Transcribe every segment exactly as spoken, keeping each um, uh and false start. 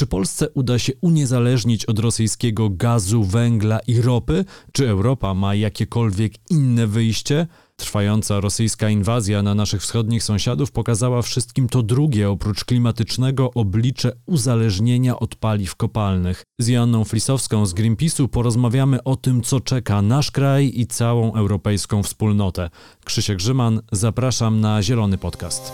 Czy Polsce uda się uniezależnić od rosyjskiego gazu, węgla i ropy? Czy Europa ma jakiekolwiek inne wyjście? Trwająca rosyjska inwazja na naszych wschodnich sąsiadów pokazała wszystkim to drugie, oprócz klimatycznego, oblicze uzależnienia od paliw kopalnych. Z Joanną Flisowską z Greenpeace'u porozmawiamy o tym, co czeka nasz kraj i całą europejską wspólnotę. Krzysiek Grzyman, zapraszam na Zielony Podcast.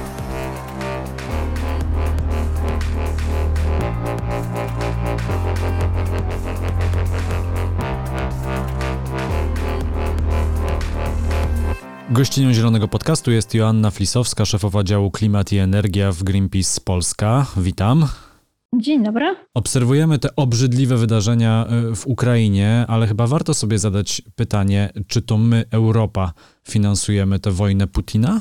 Gościnią Zielonego Podcastu jest Joanna Flisowska, szefowa działu Klimat i Energia w Greenpeace Polska. Witam. Dzień dobry. Obserwujemy te obrzydliwe wydarzenia w Ukrainie, ale chyba warto sobie zadać pytanie, czy to my, Europa, finansujemy tę wojnę Putina?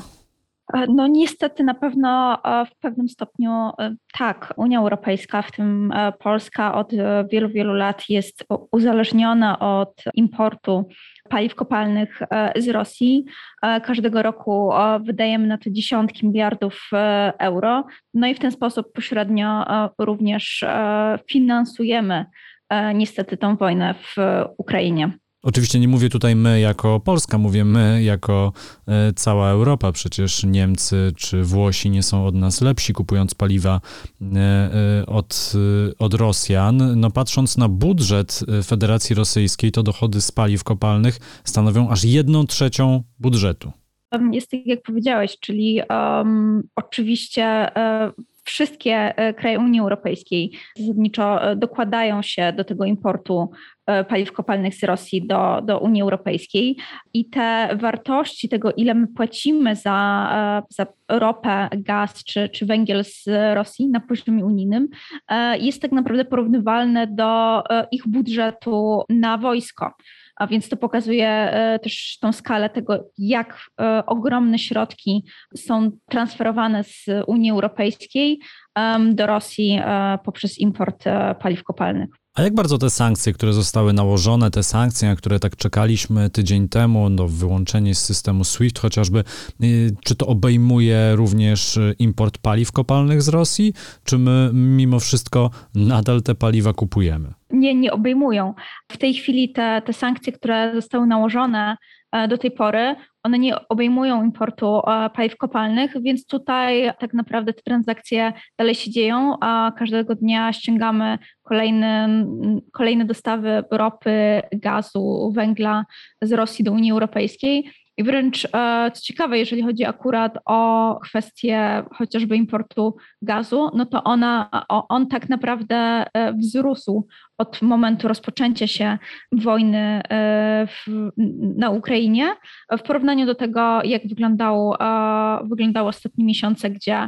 No niestety na pewno w pewnym stopniu tak. Unia Europejska, w tym Polska, od wielu, wielu lat jest uzależniona od importu paliw kopalnych z Rosji. Każdego roku wydajemy na to dziesiątki miliardów euro. No i w ten sposób pośrednio również finansujemy niestety tą wojnę w Ukrainie. Oczywiście nie mówię tutaj my jako Polska, mówię my jako e, cała Europa. Przecież Niemcy czy Włosi nie są od nas lepsi, kupując paliwa e, e, od, e, od Rosjan. No patrząc na budżet Federacji Rosyjskiej, to dochody z paliw kopalnych stanowią aż jedną trzecią budżetu. Jest tak, jak powiedziałeś, czyli um, oczywiście um, wszystkie kraje Unii Europejskiej zasadniczo dokładają się do tego importu paliw kopalnych z Rosji do, do Unii Europejskiej i te wartości tego, ile my płacimy za, za ropę, gaz czy, czy węgiel z Rosji na poziomie unijnym, jest tak naprawdę porównywalne do ich budżetu na wojsko. A więc to pokazuje też tą skalę tego, jak ogromne środki są transferowane z Unii Europejskiej do Rosji poprzez import paliw kopalnych. A jak bardzo te sankcje, które zostały nałożone, te sankcje, na które tak czekaliśmy tydzień temu, no wyłączenie z systemu SWIFT chociażby, czy to obejmuje również import paliw kopalnych z Rosji, czy my mimo wszystko nadal te paliwa kupujemy? Nie, nie obejmują. W tej chwili te, te sankcje, które zostały nałożone do tej pory, one nie obejmują importu paliw kopalnych, więc tutaj tak naprawdę te transakcje dalej się dzieją, a każdego dnia ściągamy kolejne, kolejne dostawy ropy, gazu, węgla z Rosji do Unii Europejskiej. I wręcz, co ciekawe, jeżeli chodzi akurat o kwestię chociażby importu gazu, no to ona, on tak naprawdę wzrósł od momentu rozpoczęcia się wojny w, na Ukrainie w porównaniu do tego, jak wyglądało, wyglądały ostatnie miesiące, gdzie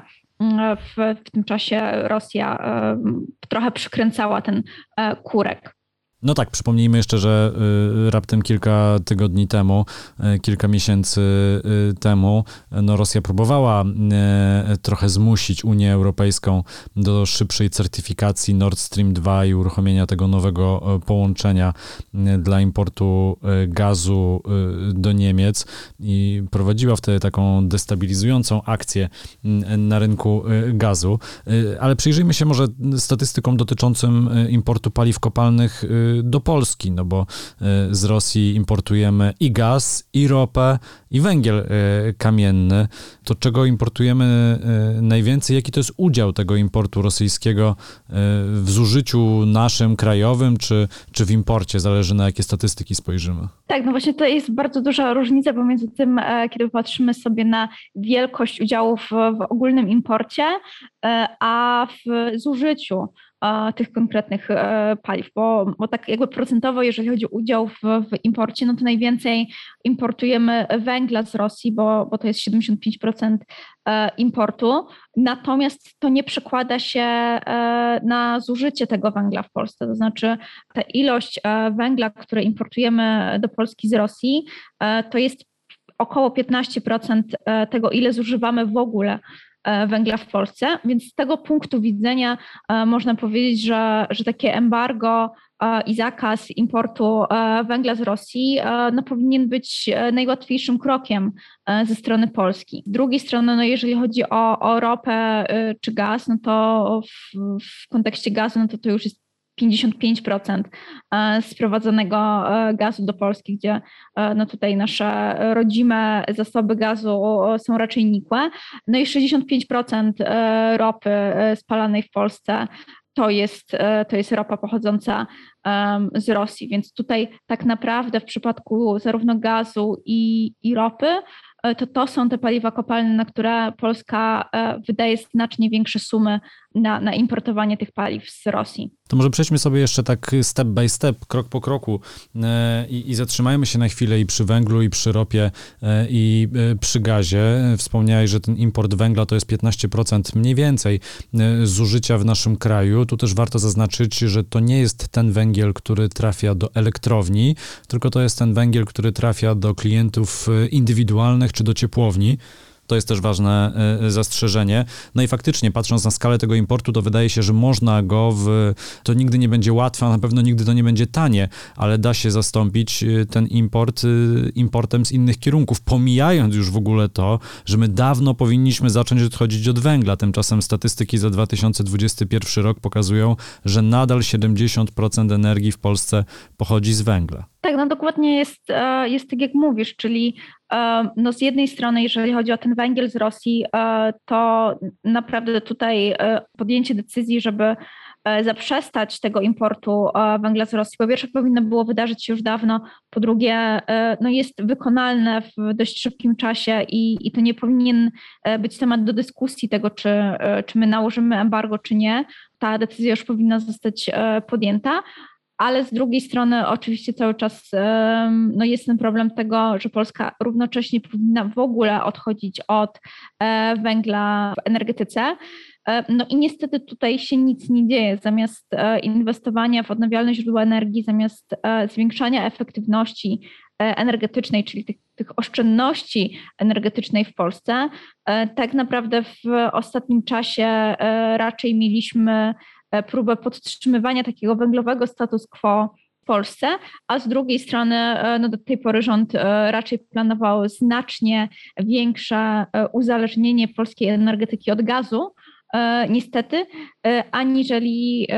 w, w tym czasie Rosja trochę przykręcała ten kurek. No tak, przypomnijmy jeszcze, że y, raptem kilka tygodni temu, y, kilka miesięcy y, temu, no Rosja próbowała y, trochę zmusić Unię Europejską do szybszej certyfikacji Nord Stream dwa i uruchomienia tego nowego y, połączenia y, dla importu y, gazu y, do Niemiec i prowadziła wtedy taką destabilizującą akcję y, na rynku y, gazu. Y, ale przyjrzyjmy się może statystykom dotyczącym y, importu paliw kopalnych y, do Polski, no bo z Rosji importujemy i gaz, i ropę, i węgiel kamienny. To czego importujemy najwięcej? Jaki to jest udział tego importu rosyjskiego w zużyciu naszym, krajowym, czy, czy w imporcie? Zależy, na jakie statystyki spojrzymy. Tak, no właśnie to jest bardzo duża różnica pomiędzy tym, kiedy patrzymy sobie na wielkość udziału w, w ogólnym imporcie, a w zużyciu tych konkretnych paliw, bo, bo tak jakby procentowo, jeżeli chodzi o udział w, w imporcie, no to najwięcej importujemy węgla z Rosji, bo, bo to jest siedemdziesiąt pięć procent importu, natomiast to nie przekłada się na zużycie tego węgla w Polsce, to znaczy ta ilość węgla, które importujemy do Polski z Rosji, to jest około piętnaście procent tego, ile zużywamy w ogóle węgla w Polsce, więc z tego punktu widzenia można powiedzieć, że, że takie embargo i zakaz importu węgla z Rosji no, powinien być najłatwiejszym krokiem ze strony Polski. Z drugiej strony, no, jeżeli chodzi o, o ropę czy gaz, no to w, w kontekście gazu, no to to już jest pięćdziesiąt pięć procent sprowadzonego gazu do Polski, gdzie no tutaj nasze rodzime zasoby gazu są raczej nikłe. No i sześćdziesiąt pięć procent ropy spalanej w Polsce to jest, to jest ropa pochodząca z Rosji, więc tutaj tak naprawdę w przypadku zarówno gazu i, i ropy to to są te paliwa kopalne, na które Polska wydaje znacznie większe sumy na, na importowanie tych paliw z Rosji. To może przejdźmy sobie jeszcze tak step by step, krok po kroku i, i zatrzymajmy się na chwilę i przy węglu, i przy ropie, i przy gazie. Wspomniałeś, że ten import węgla to jest piętnaście procent mniej więcej zużycia w naszym kraju. Tu też warto zaznaczyć, że to nie jest ten węgiel, który trafia do elektrowni, tylko to jest ten węgiel, który trafia do klientów indywidualnych czy do ciepłowni. To jest też ważne zastrzeżenie. No i faktycznie, patrząc na skalę tego importu, to wydaje się, że można go w... To nigdy nie będzie łatwe, a na pewno nigdy to nie będzie tanie, ale da się zastąpić ten import importem z innych kierunków, pomijając już w ogóle to, że my dawno powinniśmy zacząć odchodzić od węgla. Tymczasem statystyki za dwa tysiące dwudziesty pierwszy rok pokazują, że nadal siedemdziesiąt procent energii w Polsce pochodzi z węgla. Tak, no dokładnie jest, jest tak jak mówisz, czyli no z jednej strony, jeżeli chodzi o ten węgiel z Rosji, to naprawdę tutaj podjęcie decyzji, żeby zaprzestać tego importu węgla z Rosji, po pierwsze powinno było wydarzyć się już dawno, po drugie no jest wykonalne w dość szybkim czasie i, i to nie powinien być temat do dyskusji tego, czy, czy my nałożymy embargo, czy nie. Ta decyzja już powinna zostać podjęta. Ale z drugiej strony oczywiście cały czas no jest ten problem tego, że Polska równocześnie powinna w ogóle odchodzić od węgla w energetyce. No i niestety tutaj się nic nie dzieje. Zamiast inwestowania w odnawialne źródła energii, zamiast zwiększania efektywności energetycznej, czyli tych, tych oszczędności energetycznej w Polsce, tak naprawdę w ostatnim czasie raczej mieliśmy próbę podtrzymywania takiego węglowego status quo w Polsce, a z drugiej strony no do tej pory rząd raczej planował znacznie większe uzależnienie polskiej energetyki od gazu, niestety, aniżeli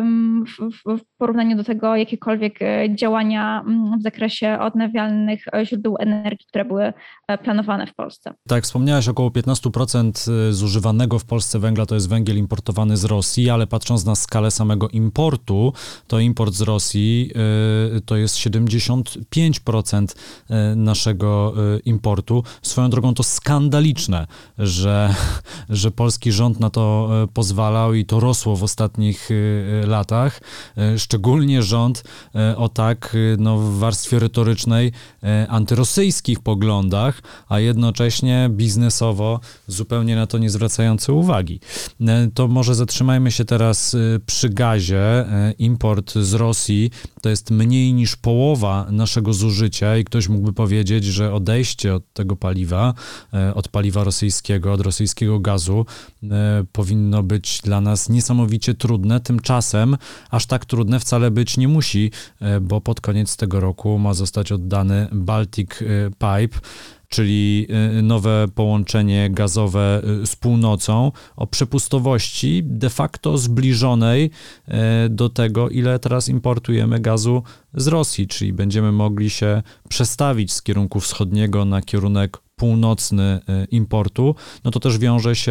w porównaniu do tego jakiekolwiek działania w zakresie odnawialnych źródeł energii, które były planowane w Polsce. Tak jak wspomniałaś, około piętnaście procent zużywanego w Polsce węgla to jest węgiel importowany z Rosji, ale patrząc na skalę samego importu, to import z Rosji to jest siedemdziesiąt pięć procent naszego importu. Swoją drogą to skandaliczne, że, że polski rząd na to pozwalał i to rosło w ostatnich latach. Szczególnie rząd o tak no, w warstwie retorycznej antyrosyjskich poglądach, a jednocześnie biznesowo zupełnie na to nie zwracający uwagi. To może zatrzymajmy się teraz przy gazie. Import z Rosji to jest mniej niż połowa naszego zużycia i ktoś mógłby powiedzieć, że odejście od tego paliwa, od paliwa rosyjskiego, od rosyjskiego gazu powinno być dla nas niesamowicie trudne. Tymczasem aż tak trudne wcale być nie musi, bo pod koniec tego roku ma zostać oddany Baltic Pipe, czyli nowe połączenie gazowe z północą o przepustowości de facto zbliżonej do tego, ile teraz importujemy gazu z Rosji, czyli będziemy mogli się przestawić z kierunku wschodniego na kierunek północny importu, no to też wiąże się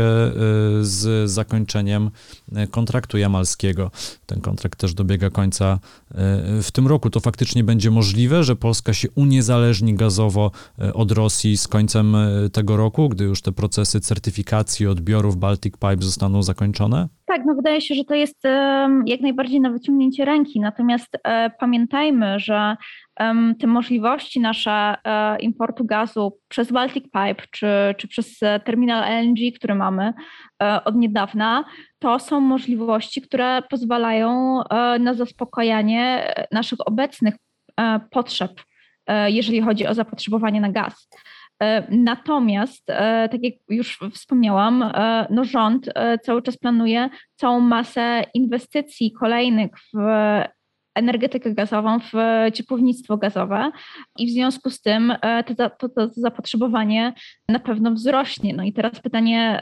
z zakończeniem kontraktu jamalskiego. Ten kontrakt też dobiega końca w tym roku. To faktycznie będzie możliwe, że Polska się uniezależni gazowo od Rosji z końcem tego roku, gdy już te procesy certyfikacji odbiorów Baltic Pipe zostaną zakończone? Tak, no wydaje się, że to jest jak najbardziej na wyciągnięcie ręki, natomiast pamiętajmy, że te możliwości nasze importu gazu przez Baltic Pipe czy, czy przez terminal L N G, który mamy od niedawna, to są możliwości, które pozwalają na zaspokojenie naszych obecnych potrzeb, jeżeli chodzi o zapotrzebowanie na gaz. Natomiast, tak jak już wspomniałam, no rząd cały czas planuje całą masę inwestycji kolejnych w energetykę gazową, w ciepłownictwo gazowe i w związku z tym to, to, to zapotrzebowanie na pewno wzrośnie. No i teraz pytanie,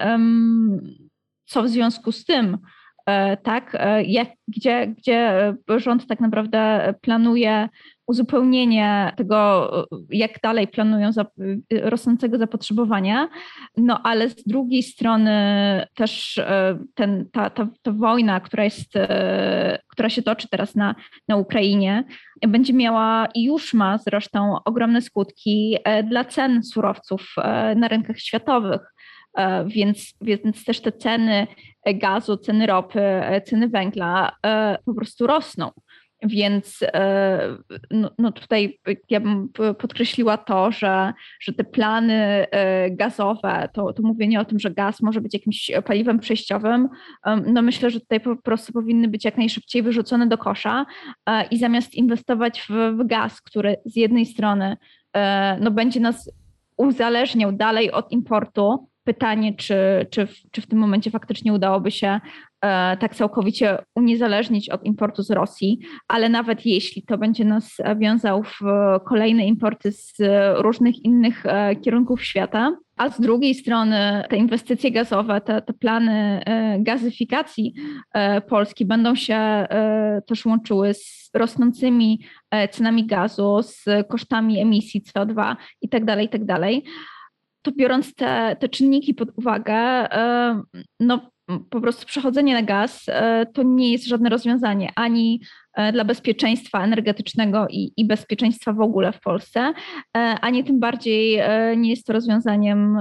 co w związku z tym, tak, jak, gdzie, gdzie rząd tak naprawdę planuje uzupełnienie tego, jak dalej planują za, rosnącego zapotrzebowania, no ale z drugiej strony też ten, ta, ta, ta wojna, która jest, która się toczy teraz na, na Ukrainie, będzie miała i już ma zresztą ogromne skutki dla cen surowców na rynkach światowych. Więc, więc też te ceny gazu, ceny ropy, ceny węgla po prostu rosną. Więc no, no tutaj ja bym podkreśliła to, że, że te plany gazowe, to, to mówienie o tym, że gaz może być jakimś paliwem przejściowym, no myślę, że tutaj po prostu powinny być jak najszybciej wyrzucone do kosza i zamiast inwestować w, w gaz, który z jednej strony no, będzie nas uzależniał dalej od importu. Pytanie, czy, czy, w, czy w tym momencie faktycznie udałoby się e, tak całkowicie uniezależnić od importu z Rosji, ale nawet jeśli to będzie nas wiązał w kolejne importy z różnych innych e, kierunków świata, a z drugiej strony te inwestycje gazowe, te, te plany e, gazyfikacji e, Polski będą się e, też łączyły z rosnącymi e, cenami gazu, z kosztami emisji C O dwa i tak dalej, i tak dalej. To biorąc te, te czynniki pod uwagę, no po prostu przechodzenie na gaz to nie jest żadne rozwiązanie ani dla bezpieczeństwa energetycznego i, i bezpieczeństwa w ogóle w Polsce, ani tym bardziej nie jest to rozwiązaniem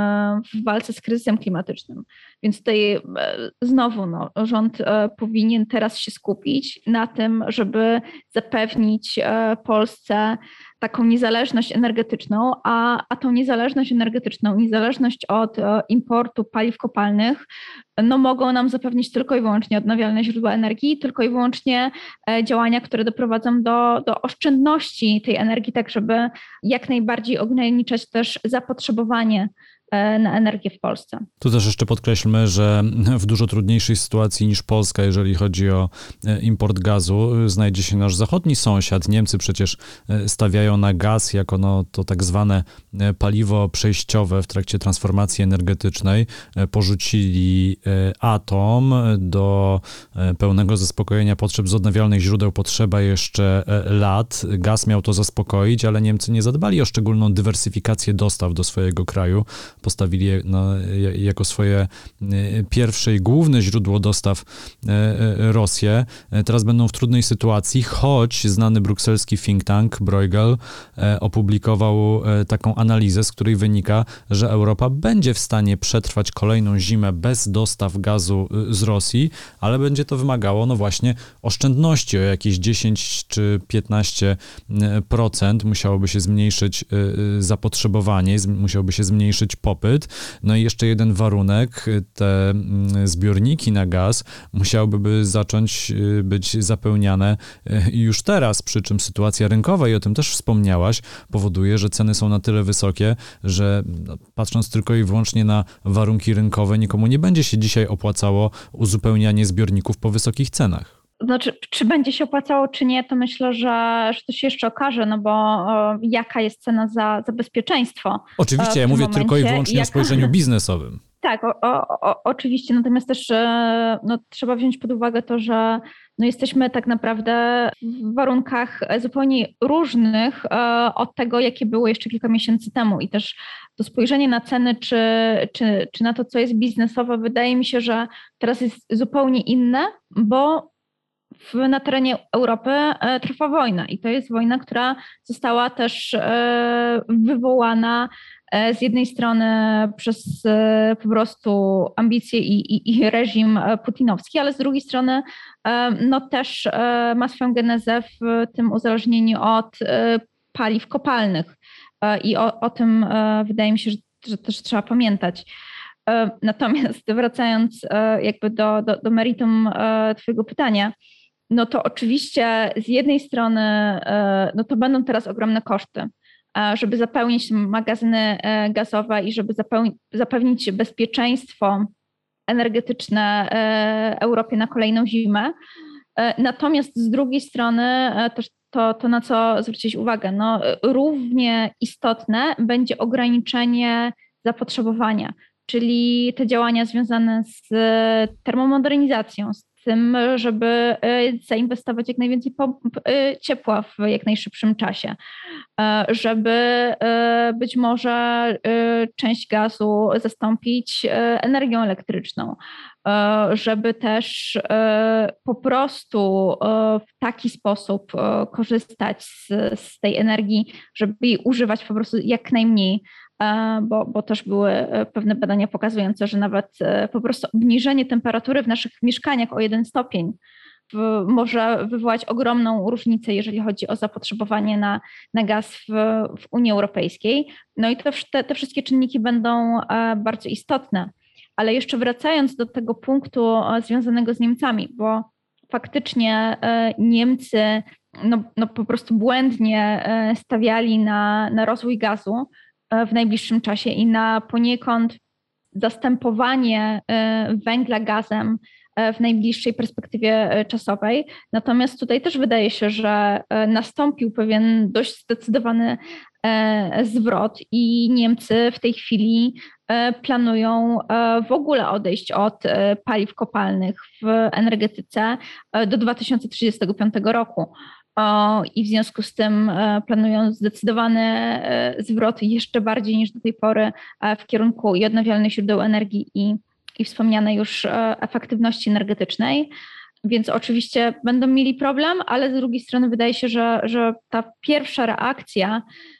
w walce z kryzysem klimatycznym. Więc tutaj znowu no, rząd powinien teraz się skupić na tym, żeby zapewnić Polsce taką niezależność energetyczną, a, a tą niezależność energetyczną, niezależność od importu paliw kopalnych, no mogą nam zapewnić tylko i wyłącznie odnawialne źródła energii, tylko i wyłącznie działania, które doprowadzą do, do oszczędności tej energii, tak żeby jak najbardziej ograniczać też zapotrzebowanie na energię w Polsce. Tu też jeszcze podkreślmy, że w dużo trudniejszej sytuacji niż Polska, jeżeli chodzi o import gazu, znajdzie się nasz zachodni sąsiad. Niemcy przecież stawiają na gaz jako no, to tak zwane paliwo przejściowe w trakcie transformacji energetycznej. Porzucili atom. Do pełnego zaspokojenia potrzeb z odnawialnych źródeł potrzeba jeszcze lat. Gaz miał to zaspokoić, ale Niemcy nie zadbali o szczególną dywersyfikację dostaw do swojego kraju. Postawili je no, jako swoje pierwsze i główne źródło dostaw Rosję. Teraz będą w trudnej sytuacji, choć znany brukselski think tank Bruegel opublikował taką analizę, z której wynika, że Europa będzie w stanie przetrwać kolejną zimę bez dostaw gazu z Rosji, ale będzie to wymagało no właśnie oszczędności o jakieś dziesięć czy piętnaście procent. Musiałoby się zmniejszyć zapotrzebowanie, musiałby się zmniejszyć popyt. No i jeszcze jeden warunek, te zbiorniki na gaz musiałyby zacząć być zapełniane już teraz, przy czym sytuacja rynkowa, i o tym też wspomniałaś, powoduje, że ceny są na tyle wysokie, że no, patrząc tylko i wyłącznie na warunki rynkowe, nikomu nie będzie się dzisiaj opłacało uzupełnianie zbiorników po wysokich cenach. Znaczy, czy będzie się opłacało, czy nie, to myślę, że, że to się jeszcze okaże, no bo o, jaka jest cena za, za bezpieczeństwo. Oczywiście, ja mówię momencie, tylko i wyłącznie jaka... o spojrzeniu biznesowym. Tak, o, o, o, oczywiście, natomiast też no, trzeba wziąć pod uwagę to, że no, jesteśmy tak naprawdę w warunkach zupełnie różnych e, od tego, jakie były jeszcze kilka miesięcy temu i też to spojrzenie na ceny, czy, czy, czy na to, co jest biznesowe, wydaje mi się, że teraz jest zupełnie inne, bo W, na terenie Europy e, trwa wojna i to jest wojna, która została też e, wywołana e, z jednej strony przez e, po prostu ambicje i, i, i reżim putinowski, ale z drugiej strony e, no też e, ma swoją genezę w tym uzależnieniu od e, paliw kopalnych e, i o, o tym e, wydaje mi się, że, że też trzeba pamiętać. E, natomiast wracając e, jakby do, do, do meritum e, twojego pytania, no to oczywiście z jednej strony no to będą teraz ogromne koszty, żeby zapełnić magazyny gazowe i żeby zapewnić bezpieczeństwo energetyczne Europie na kolejną zimę. Natomiast z drugiej strony też to, to na co zwrócić uwagę, no, równie istotne będzie ograniczenie zapotrzebowania, czyli te działania związane z termomodernizacją, z tym, żeby zainwestować jak najwięcej pomp ciepła w jak najszybszym czasie, żeby być może część gazu zastąpić energią elektryczną, żeby też po prostu w taki sposób korzystać z, z tej energii, żeby jej używać po prostu jak najmniej, bo, bo też były pewne badania pokazujące, że nawet po prostu obniżenie temperatury w naszych mieszkaniach o jeden stopień może wywołać ogromną różnicę, jeżeli chodzi o zapotrzebowanie na, na gaz w, w Unii Europejskiej. No i te, te wszystkie czynniki będą bardzo istotne. Ale jeszcze wracając do tego punktu związanego z Niemcami, bo faktycznie Niemcy no, no po prostu błędnie stawiali na, na rozwój gazu w najbliższym czasie i na poniekąd zastępowanie węgla gazem w najbliższej perspektywie czasowej. Natomiast tutaj też wydaje się, że nastąpił pewien dość zdecydowany zwrot i Niemcy w tej chwili planują w ogóle odejść od paliw kopalnych w energetyce do dwa tysiące trzydziestego piątego roku. I w związku z tym planują zdecydowany zwrot jeszcze bardziej niż do tej pory w kierunku i odnawialnych źródeł energii i, i wspomnianej już efektywności energetycznej. Więc oczywiście będą mieli problem, ale z drugiej strony wydaje się, że, że ta pierwsza reakcja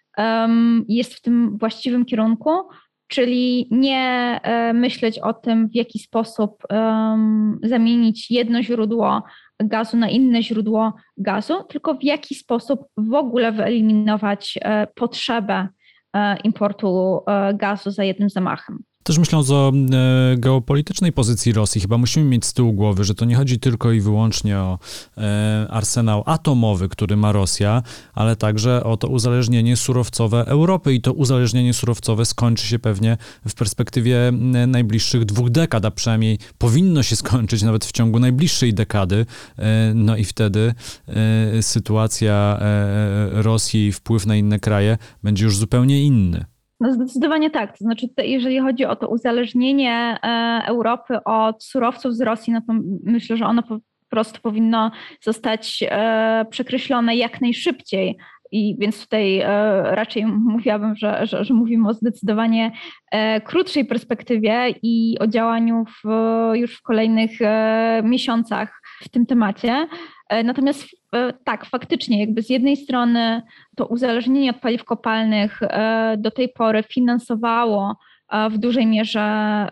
um, jest w tym właściwym kierunku, czyli nie um, myśleć o tym, w jaki sposób um, zamienić jedno źródło gazu na inne źródło gazu, tylko w jaki sposób w ogóle wyeliminować um, potrzebę um, importu um, gazu za jednym zamachem. Też myśląc o e, geopolitycznej pozycji Rosji, chyba musimy mieć z tyłu głowy, że to nie chodzi tylko i wyłącznie o e, arsenał atomowy, który ma Rosja, ale także o to uzależnienie surowcowe Europy i to uzależnienie surowcowe skończy się pewnie w perspektywie najbliższych dwóch dekad, a przynajmniej powinno się skończyć nawet w ciągu najbliższej dekady. E, no i wtedy e, sytuacja e, Rosji i wpływ na inne kraje będzie już zupełnie inny. No zdecydowanie tak. To znaczy, jeżeli chodzi o to uzależnienie Europy od surowców z Rosji, no to myślę, że ono po prostu powinno zostać przekreślone jak najszybciej. I więc tutaj raczej mówiłabym, że, że, że mówimy o zdecydowanie krótszej perspektywie i o działaniu w, już w kolejnych miesiącach w tym temacie. Natomiast tak, faktycznie jakby z jednej strony to uzależnienie od paliw kopalnych do tej pory finansowało w dużej mierze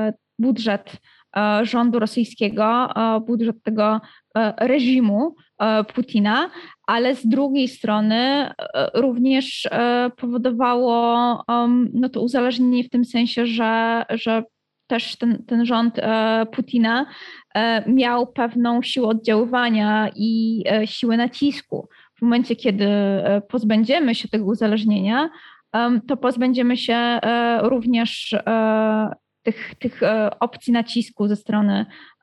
budżet rządu rosyjskiego, budżet tego reżimu Putina, ale z drugiej strony również powodowało no to uzależnienie w tym sensie, że, że też ten, ten rząd Putina miał pewną siłę oddziaływania i siłę nacisku. W momencie, kiedy pozbędziemy się tego uzależnienia, to pozbędziemy się również tych, tych opcji nacisku ze strony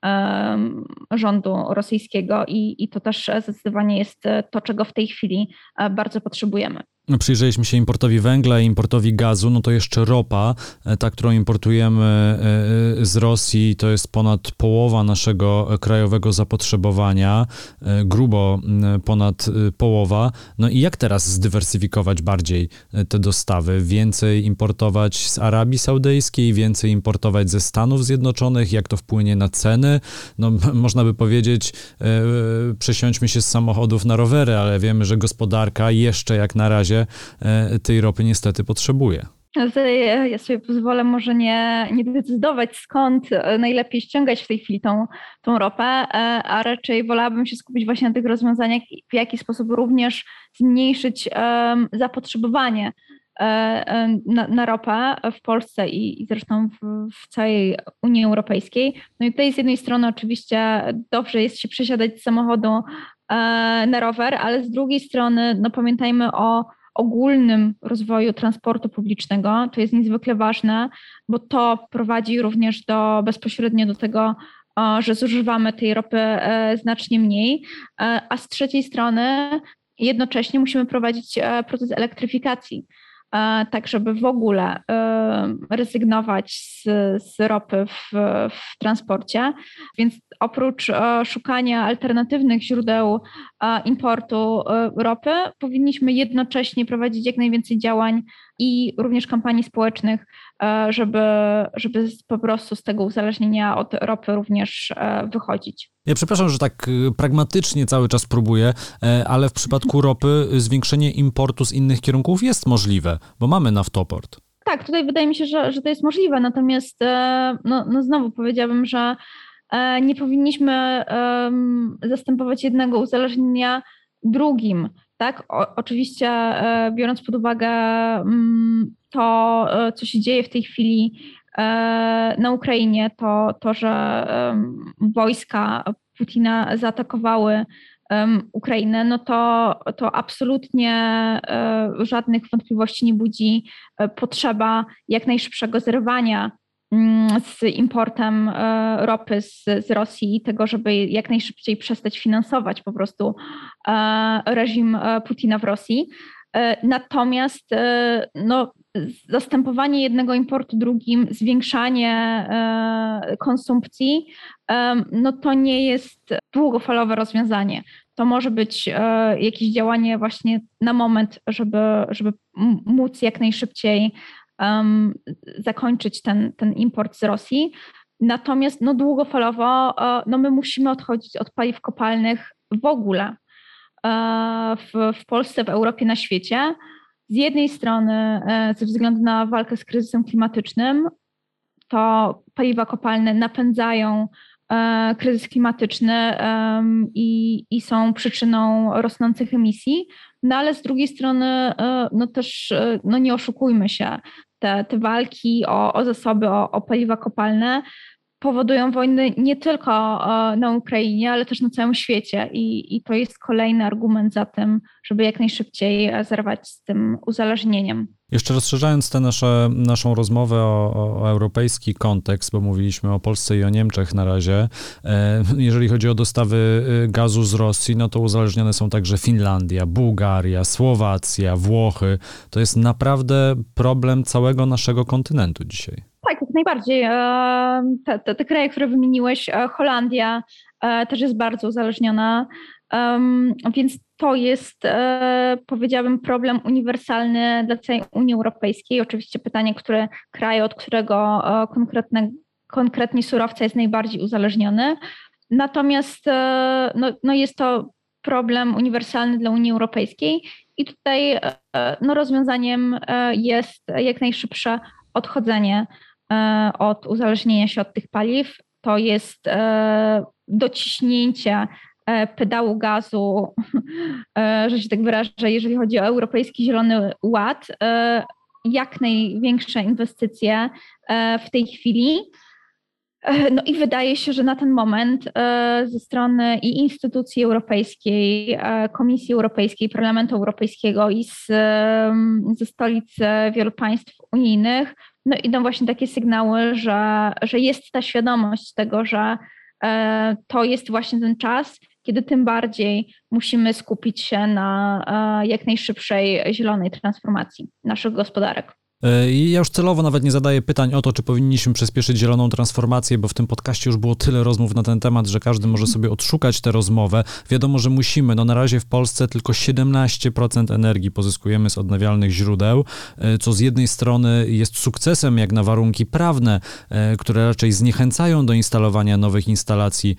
rządu rosyjskiego i, i to też zdecydowanie jest to, czego w tej chwili bardzo potrzebujemy. Przyjrzeliśmy się importowi węgla i importowi gazu, no to jeszcze ropa, ta, którą importujemy z Rosji, to jest ponad połowa naszego krajowego zapotrzebowania, grubo ponad połowa. No i jak teraz zdywersyfikować bardziej te dostawy? Więcej importować z Arabii Saudyjskiej, więcej importować ze Stanów Zjednoczonych? Jak to wpłynie na ceny? No można by powiedzieć, przesiądźmy się z samochodów na rowery, ale wiemy, że gospodarka jeszcze jak na razie tej ropy niestety potrzebuje. Ja sobie pozwolę może nie, nie decydować, skąd najlepiej ściągać w tej chwili tą, tą ropę, a raczej wolałabym się skupić właśnie na tych rozwiązaniach, w jaki sposób również zmniejszyć um, zapotrzebowanie um, na, na ropę w Polsce i, i zresztą w, w całej Unii Europejskiej. No i tutaj z jednej strony oczywiście dobrze jest się przesiadać z samochodu um, na rower, ale z drugiej strony no pamiętajmy o ogólnym rozwoju transportu publicznego. To jest niezwykle ważne, bo to prowadzi również do bezpośrednio do tego że zużywamy tej ropy znacznie mniej, a z trzeciej strony jednocześnie musimy prowadzić proces elektryfikacji, tak żeby w ogóle rezygnować z, z ropy w, w transporcie. Więc oprócz szukania alternatywnych źródeł importu ropy, powinniśmy jednocześnie prowadzić jak najwięcej działań i również kampanii społecznych, żeby, żeby po prostu z tego uzależnienia od ropy również wychodzić. Ja przepraszam, że tak pragmatycznie cały czas próbuję, ale w przypadku ropy zwiększenie importu z innych kierunków jest możliwe, bo mamy naftoport. Tak, tutaj wydaje mi się, że, że to jest możliwe, natomiast no, no znowu powiedziałabym, że nie powinniśmy um, zastępować jednego uzależnienia drugim. Tak? O, oczywiście e, biorąc pod uwagę m, to, e, co się dzieje w tej chwili e, na Ukrainie, to, to że e, wojska Putina zaatakowały e, Ukrainę, no to, to absolutnie e, żadnych wątpliwości nie budzi e, potrzeba jak najszybszego zerwania z importem ropy z, z Rosji i tego, żeby jak najszybciej przestać finansować po prostu reżim Putina w Rosji. Natomiast no, zastępowanie jednego importu drugim, zwiększanie konsumpcji, no to nie jest długofalowe rozwiązanie. To może być jakieś działanie właśnie na moment, żeby, żeby móc jak najszybciej Um, zakończyć ten, ten import z Rosji. Natomiast no, długofalowo no, my musimy odchodzić od paliw kopalnych w ogóle w, w Polsce, w Europie, na świecie. Z jednej strony ze względu na walkę z kryzysem klimatycznym, to paliwa kopalne napędzają kryzys klimatyczny i, i są przyczyną rosnących emisji, no ale z drugiej strony no też no nie oszukujmy się, te, te walki o, o zasoby, o, o paliwa kopalne powodują wojny nie tylko na Ukrainie, ale też na całym świecie i, i to jest kolejny argument za tym, żeby jak najszybciej zerwać z tym uzależnieniem. Jeszcze rozszerzając tę nasze, naszą rozmowę o, o europejski kontekst, bo mówiliśmy o Polsce i o Niemczech na razie, jeżeli chodzi o dostawy gazu z Rosji, no to uzależnione są także Finlandia, Bułgaria, Słowacja, Włochy. To jest naprawdę problem całego naszego kontynentu dzisiaj. Tak, jak najbardziej. Te, te, te kraje, które wymieniłeś, Holandia też jest bardzo uzależniona, więc to jest, powiedziałabym, problem uniwersalny dla całej Unii Europejskiej. Oczywiście pytanie, który kraj, od którego konkretne, konkretnie surowca jest najbardziej uzależniony. Natomiast no, no jest to problem uniwersalny dla Unii Europejskiej i tutaj no, rozwiązaniem jest jak najszybsze odchodzenie od uzależnienia się od tych paliw. To jest dociśnięcie pedału gazu, że się tak wyrażę, jeżeli chodzi o Europejski Zielony Ład, jak największe inwestycje w tej chwili. No i wydaje się, że na ten moment ze strony i instytucji europejskiej, Komisji Europejskiej, Parlamentu Europejskiego i z, ze stolic wielu państw unijnych no idą właśnie takie sygnały, że, że jest ta świadomość tego, że to jest właśnie ten czas, kiedy tym bardziej musimy skupić się na jak najszybszej zielonej transformacji naszych gospodarek. Ja już celowo nawet nie zadaję pytań o to, czy powinniśmy przyspieszyć zieloną transformację, bo w tym podcaście już było tyle rozmów na ten temat, że każdy może sobie odszukać tę rozmowę. Wiadomo, że musimy. No na razie w Polsce tylko siedemnaście procent energii pozyskujemy z odnawialnych źródeł, co z jednej strony jest sukcesem jak na warunki prawne, które raczej zniechęcają do instalowania nowych instalacji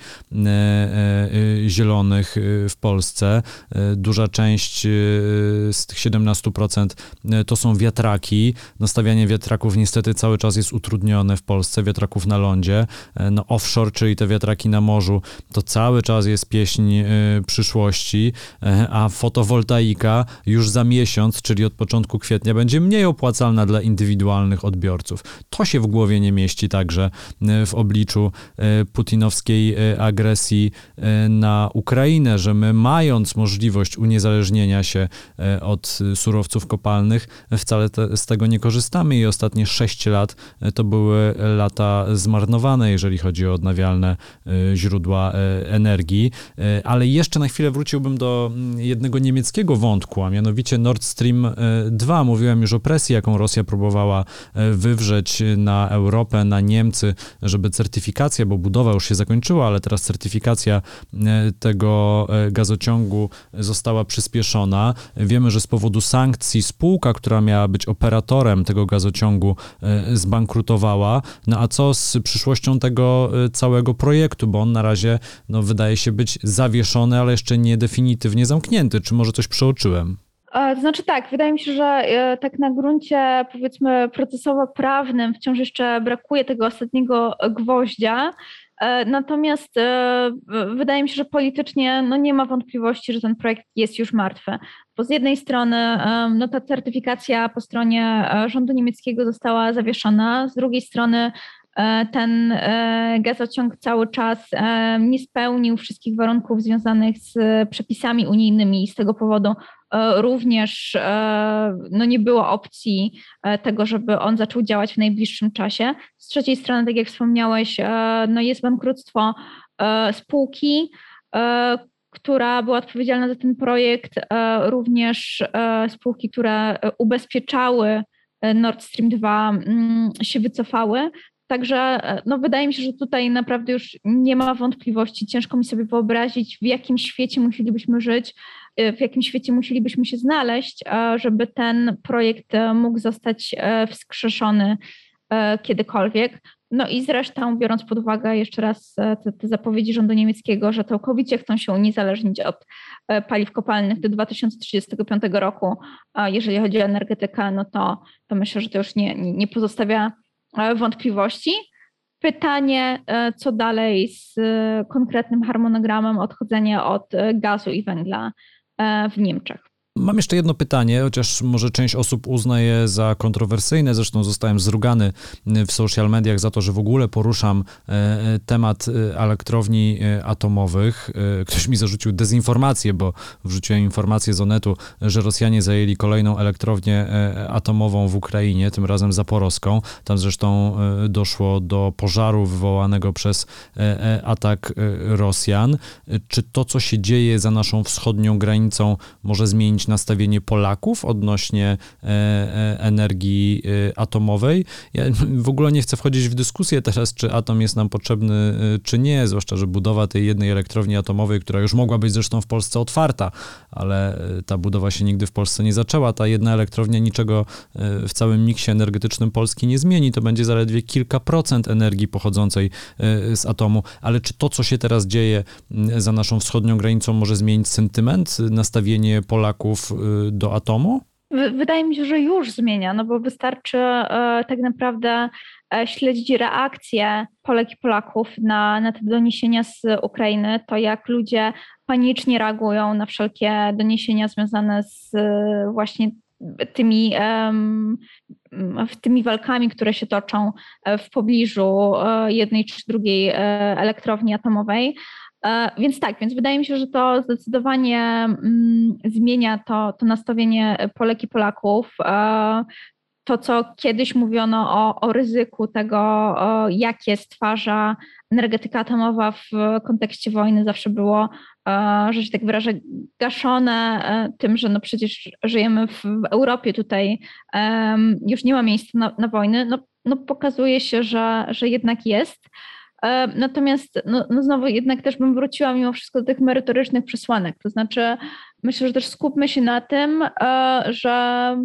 zielonych w Polsce. Duża część z tych siedemnaście procent to są wiatraki. No stawianie wiatraków niestety cały czas jest utrudnione w Polsce, wiatraków na lądzie. No offshore, czyli te wiatraki na morzu, to cały czas jest pieśń y, przyszłości, y, a fotowoltaika już za miesiąc, czyli od początku kwietnia, będzie mniej opłacalna dla indywidualnych odbiorców. To się w głowie nie mieści także y, w obliczu y, putinowskiej y, agresji y, na Ukrainę, że my mając możliwość uniezależnienia się y, od surowców kopalnych, wcale te, z tego nie wykorzystamy i ostatnie sześć lat to były lata zmarnowane, jeżeli chodzi o odnawialne źródła energii. Ale jeszcze na chwilę wróciłbym do jednego niemieckiego wątku, a mianowicie Nord Stream dwa. Mówiłem już o presji, jaką Rosja próbowała wywrzeć na Europę, na Niemcy, żeby certyfikacja, bo budowa już się zakończyła, ale teraz certyfikacja tego gazociągu została przyspieszona. Wiemy, że z powodu sankcji spółka, która miała być operatorem tego gazociągu, zbankrutowała. No a co z przyszłością tego całego projektu, bo on na razie no, wydaje się być zawieszony, ale jeszcze nie definitywnie zamknięty. Czy może coś przeoczyłem? To znaczy tak, wydaje mi się, że tak na gruncie powiedzmy procesowo-prawnym wciąż jeszcze brakuje tego ostatniego gwoździa. Natomiast wydaje mi się, że politycznie no nie ma wątpliwości, że ten projekt jest już martwy. Bo z jednej strony no ta certyfikacja po stronie rządu niemieckiego została zawieszona, z drugiej strony ten gazociąg cały czas nie spełnił wszystkich warunków związanych z przepisami unijnymi i z tego powodu również no nie było opcji tego, żeby on zaczął działać w najbliższym czasie. Z trzeciej strony, tak jak wspomniałeś, no jest bankructwo spółki, która była odpowiedzialna za ten projekt, również spółki, które ubezpieczały Nord Stream dwa się wycofały. Także no wydaje mi się, że tutaj naprawdę już nie ma wątpliwości. Ciężko mi sobie wyobrazić, w jakim świecie musielibyśmy żyć, w jakim świecie musielibyśmy się znaleźć, żeby ten projekt mógł zostać wskrzeszony kiedykolwiek. No i zresztą biorąc pod uwagę jeszcze raz te, te zapowiedzi rządu niemieckiego, że całkowicie chcą się uniezależnić od paliw kopalnych do dwa tysiące trzydziestego piątego roku, a jeżeli chodzi o energetykę, no to, to myślę, że to już nie, nie pozostawia wątpliwości. Pytanie, co dalej z konkretnym harmonogramem odchodzenia od gazu i węgla w Niemczech. Mam jeszcze jedno pytanie, chociaż może część osób uzna je za kontrowersyjne. Zresztą zostałem zrugany w social mediach za to, że w ogóle poruszam temat elektrowni atomowych. Ktoś mi zarzucił dezinformację, bo wrzuciłem informację z Onetu, że Rosjanie zajęli kolejną elektrownię atomową w Ukrainie, tym razem zaporowską. Tam zresztą doszło do pożaru wywołanego przez atak Rosjan. Czy to, co się dzieje za naszą wschodnią granicą, może zmienić nastawienie Polaków odnośnie e, e, energii e, atomowej? Ja w ogóle nie chcę wchodzić w dyskusję teraz, czy atom jest nam potrzebny, e, czy nie, zwłaszcza, że budowa tej jednej elektrowni atomowej, która już mogła być zresztą w Polsce otwarta, ale e, ta budowa się nigdy w Polsce nie zaczęła. Ta jedna elektrownia niczego e, w całym miksie energetycznym Polski nie zmieni. To będzie zaledwie kilka procent energii pochodzącej e, z atomu. Ale czy to, co się teraz dzieje e, za naszą wschodnią granicą, może zmienić sentyment, nastawienie Polaków do atomu? Wydaje mi się, że już zmienia, no bo wystarczy e, tak naprawdę e, śledzić reakcję Polek i Polaków na, na te doniesienia z Ukrainy, to jak ludzie panicznie reagują na wszelkie doniesienia związane z e, właśnie tymi, e, tymi walkami, które się toczą w pobliżu e, jednej czy drugiej e, elektrowni atomowej. Więc tak, więc wydaje mi się, że to zdecydowanie mm, zmienia to, to nastawienie Polek i Polaków. To, co kiedyś mówiono o, o ryzyku tego, o jakie stwarza energetyka atomowa w kontekście wojny, zawsze było, że się tak wyrażę, gaszone tym, że no przecież żyjemy w, w Europie, tutaj już nie ma miejsca na, na wojny. No, no pokazuje się, że, że jednak jest. Natomiast no, no znowu jednak też bym wróciła mimo wszystko do tych merytorycznych przesłanek. To znaczy myślę, że też skupmy się na tym, że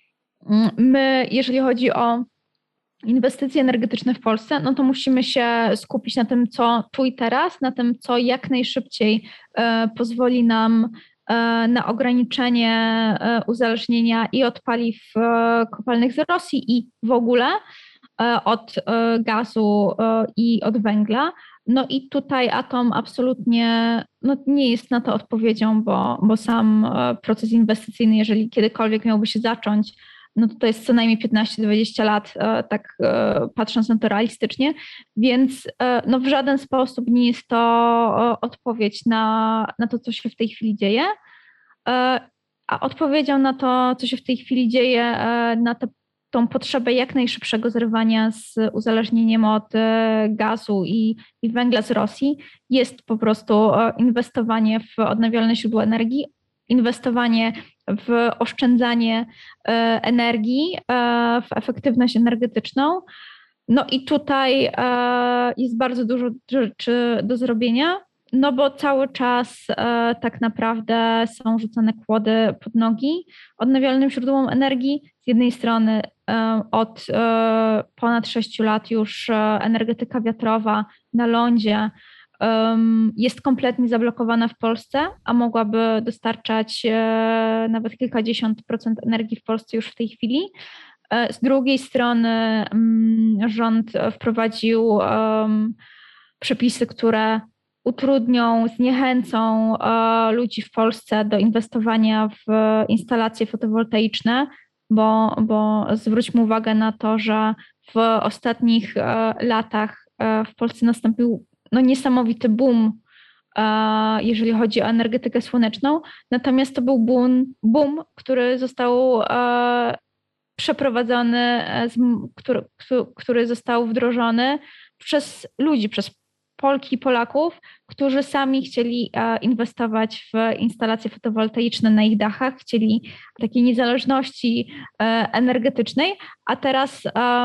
my, jeżeli chodzi o inwestycje energetyczne w Polsce, no to musimy się skupić na tym, co tu i teraz, na tym, co jak najszybciej pozwoli nam na ograniczenie uzależnienia i od paliw kopalnych z Rosji i w ogóle od gazu i od węgla. No i tutaj atom absolutnie no, nie jest na to odpowiedzią, bo, bo sam proces inwestycyjny, jeżeli kiedykolwiek miałby się zacząć, no to to jest co najmniej piętnaście do dwudziestu lat, tak patrząc na to realistycznie, więc no w żaden sposób nie jest to odpowiedź na, na to, co się w tej chwili dzieje. A odpowiedzią na to, co się w tej chwili dzieje, na te tą potrzebę jak najszybszego zerwania z uzależnieniem od gazu i, i węgla z Rosji jest po prostu inwestowanie w odnawialne źródła energii, inwestowanie w oszczędzanie energii, w efektywność energetyczną. No i tutaj jest bardzo dużo rzeczy do zrobienia, no bo cały czas tak naprawdę są rzucane kłody pod nogi odnawialnym źródłom energii. Z jednej strony od ponad sześciu lat już energetyka wiatrowa na lądzie jest kompletnie zablokowana w Polsce, a mogłaby dostarczać nawet kilkadziesiąt procent energii w Polsce już w tej chwili. Z drugiej strony rząd wprowadził przepisy, które utrudnią, zniechęcą ludzi w Polsce do inwestowania w instalacje fotowoltaiczne, bo, bo zwróćmy uwagę na to, że w ostatnich latach w Polsce nastąpił no, niesamowity boom, jeżeli chodzi o energetykę słoneczną, natomiast to był boom, boom który został przeprowadzony, który, który został wdrożony przez ludzi, przez Polki i Polaków, którzy sami chcieli inwestować w instalacje fotowoltaiczne na ich dachach, chcieli takiej niezależności energetycznej, a teraz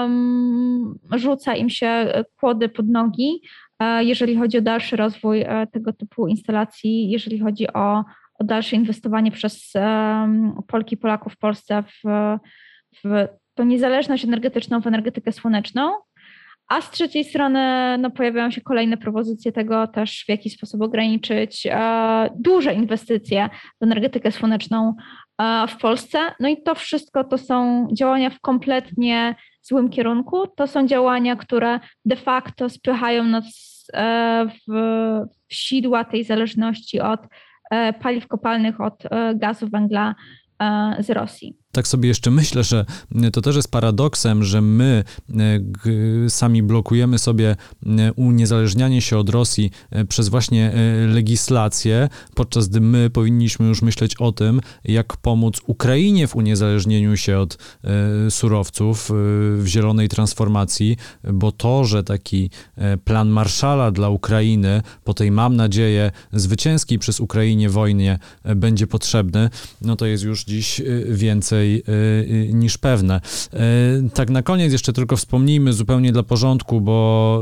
um, rzuca im się kłody pod nogi, jeżeli chodzi o dalszy rozwój tego typu instalacji, jeżeli chodzi o, o dalsze inwestowanie przez um, Polki i Polaków w Polsce w, w tą niezależność energetyczną, w energetykę słoneczną. A z trzeciej strony no, pojawiają się kolejne propozycje tego też, w jaki sposób ograniczyć e, duże inwestycje w energetykę słoneczną e, w Polsce. No i to wszystko to są działania w kompletnie złym kierunku. To są działania, które de facto spychają nas e, w, w sidła tej zależności od e, paliw kopalnych, od e, gazu, węgla e, z Rosji. Tak sobie jeszcze myślę, że to też jest paradoksem, że my sami blokujemy sobie uniezależnianie się od Rosji przez właśnie legislację, podczas gdy my powinniśmy już myśleć o tym, jak pomóc Ukrainie w uniezależnieniu się od surowców w zielonej transformacji, bo to, że taki plan Marshalla dla Ukrainy po tej, mam nadzieję, zwycięskiej przez Ukrainie wojnie będzie potrzebny, no to jest już dziś więcej niż pewne. Tak na koniec jeszcze tylko wspomnijmy zupełnie dla porządku, bo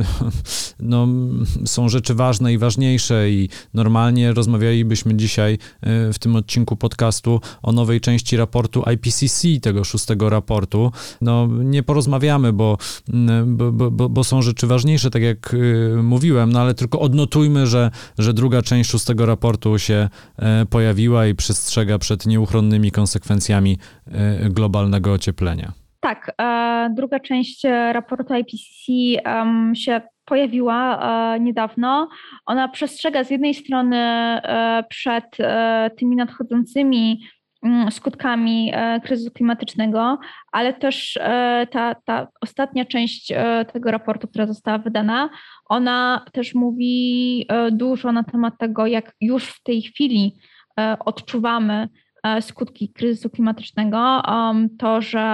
no, są rzeczy ważne i ważniejsze i normalnie rozmawialibyśmy dzisiaj w tym odcinku podcastu o nowej części raportu I P C C, tego szóstego raportu. No nie porozmawiamy, bo, bo, bo, bo są rzeczy ważniejsze, tak jak mówiłem, no ale tylko odnotujmy, że, że druga część szóstego raportu się pojawiła i przestrzega przed nieuchronnymi konsekwencjami globalnego ocieplenia. Tak, druga część raportu I P C C się pojawiła niedawno. Ona przestrzega z jednej strony przed tymi nadchodzącymi skutkami kryzysu klimatycznego, ale też ta, ta ostatnia część tego raportu, która została wydana, ona też mówi dużo na temat tego, jak już w tej chwili odczuwamy skutki kryzysu klimatycznego. To, że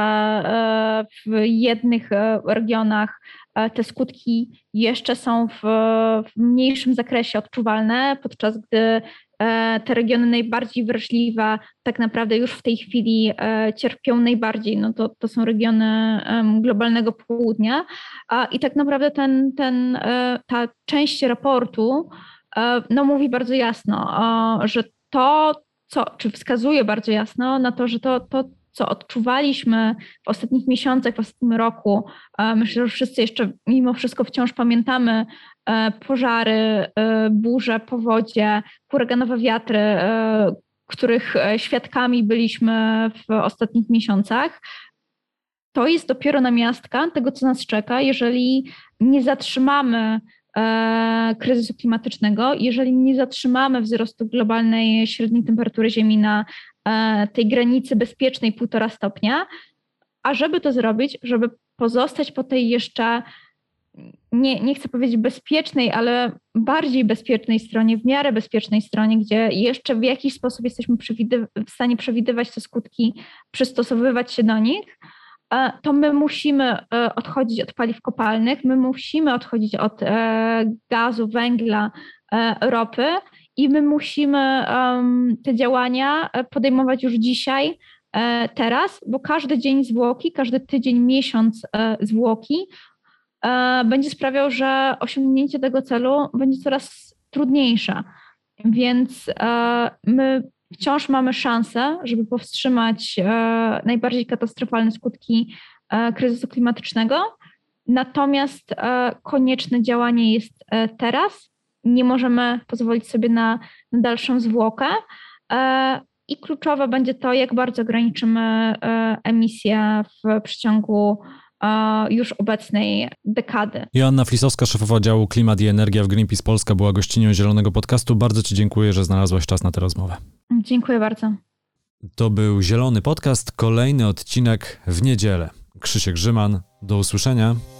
w jednych regionach te skutki jeszcze są w, w mniejszym zakresie odczuwalne, podczas gdy te regiony najbardziej wrażliwe tak naprawdę już w tej chwili cierpią najbardziej. No to, to są regiony globalnego południa i tak naprawdę ten, ten, ta część raportu no, mówi bardzo jasno, że to, co, czy wskazuje bardzo jasno na to, że to, to, co odczuwaliśmy w ostatnich miesiącach, w ostatnim roku, myślę, że wszyscy jeszcze mimo wszystko wciąż pamiętamy pożary, burze, powodzie, huraganowe wiatry, których świadkami byliśmy w ostatnich miesiącach. To jest dopiero namiastka tego, co nas czeka, jeżeli nie zatrzymamy kryzysu klimatycznego, jeżeli nie zatrzymamy wzrostu globalnej średniej temperatury Ziemi na tej granicy bezpiecznej półtora stopnia, a żeby to zrobić, żeby pozostać po tej jeszcze, nie, nie chcę powiedzieć bezpiecznej, ale bardziej bezpiecznej stronie, w miarę bezpiecznej stronie, gdzie jeszcze w jakiś sposób jesteśmy w stanie przewidywać te skutki, przystosowywać się do nich, to my musimy odchodzić od paliw kopalnych, my musimy odchodzić od gazu, węgla, ropy i my musimy te działania podejmować już dzisiaj, teraz, bo każdy dzień zwłoki, każdy tydzień, miesiąc zwłoki będzie sprawiał, że osiągnięcie tego celu będzie coraz trudniejsze. Więc my wciąż mamy szansę, żeby powstrzymać najbardziej katastrofalne skutki kryzysu klimatycznego, natomiast konieczne działanie jest teraz. Nie możemy pozwolić sobie na, na dalszą zwłokę i kluczowe będzie to, jak bardzo ograniczymy emisję w przeciągu już obecnej dekady. Joanna Flisowska, szefowa działu Klimat i Energia w Greenpeace Polska, była gościnią Zielonego Podcastu. Bardzo Ci dziękuję, że znalazłaś czas na tę rozmowę. Dziękuję bardzo. To był Zielony Podcast, kolejny odcinek w niedzielę. Krzysiek Grzyman, do usłyszenia.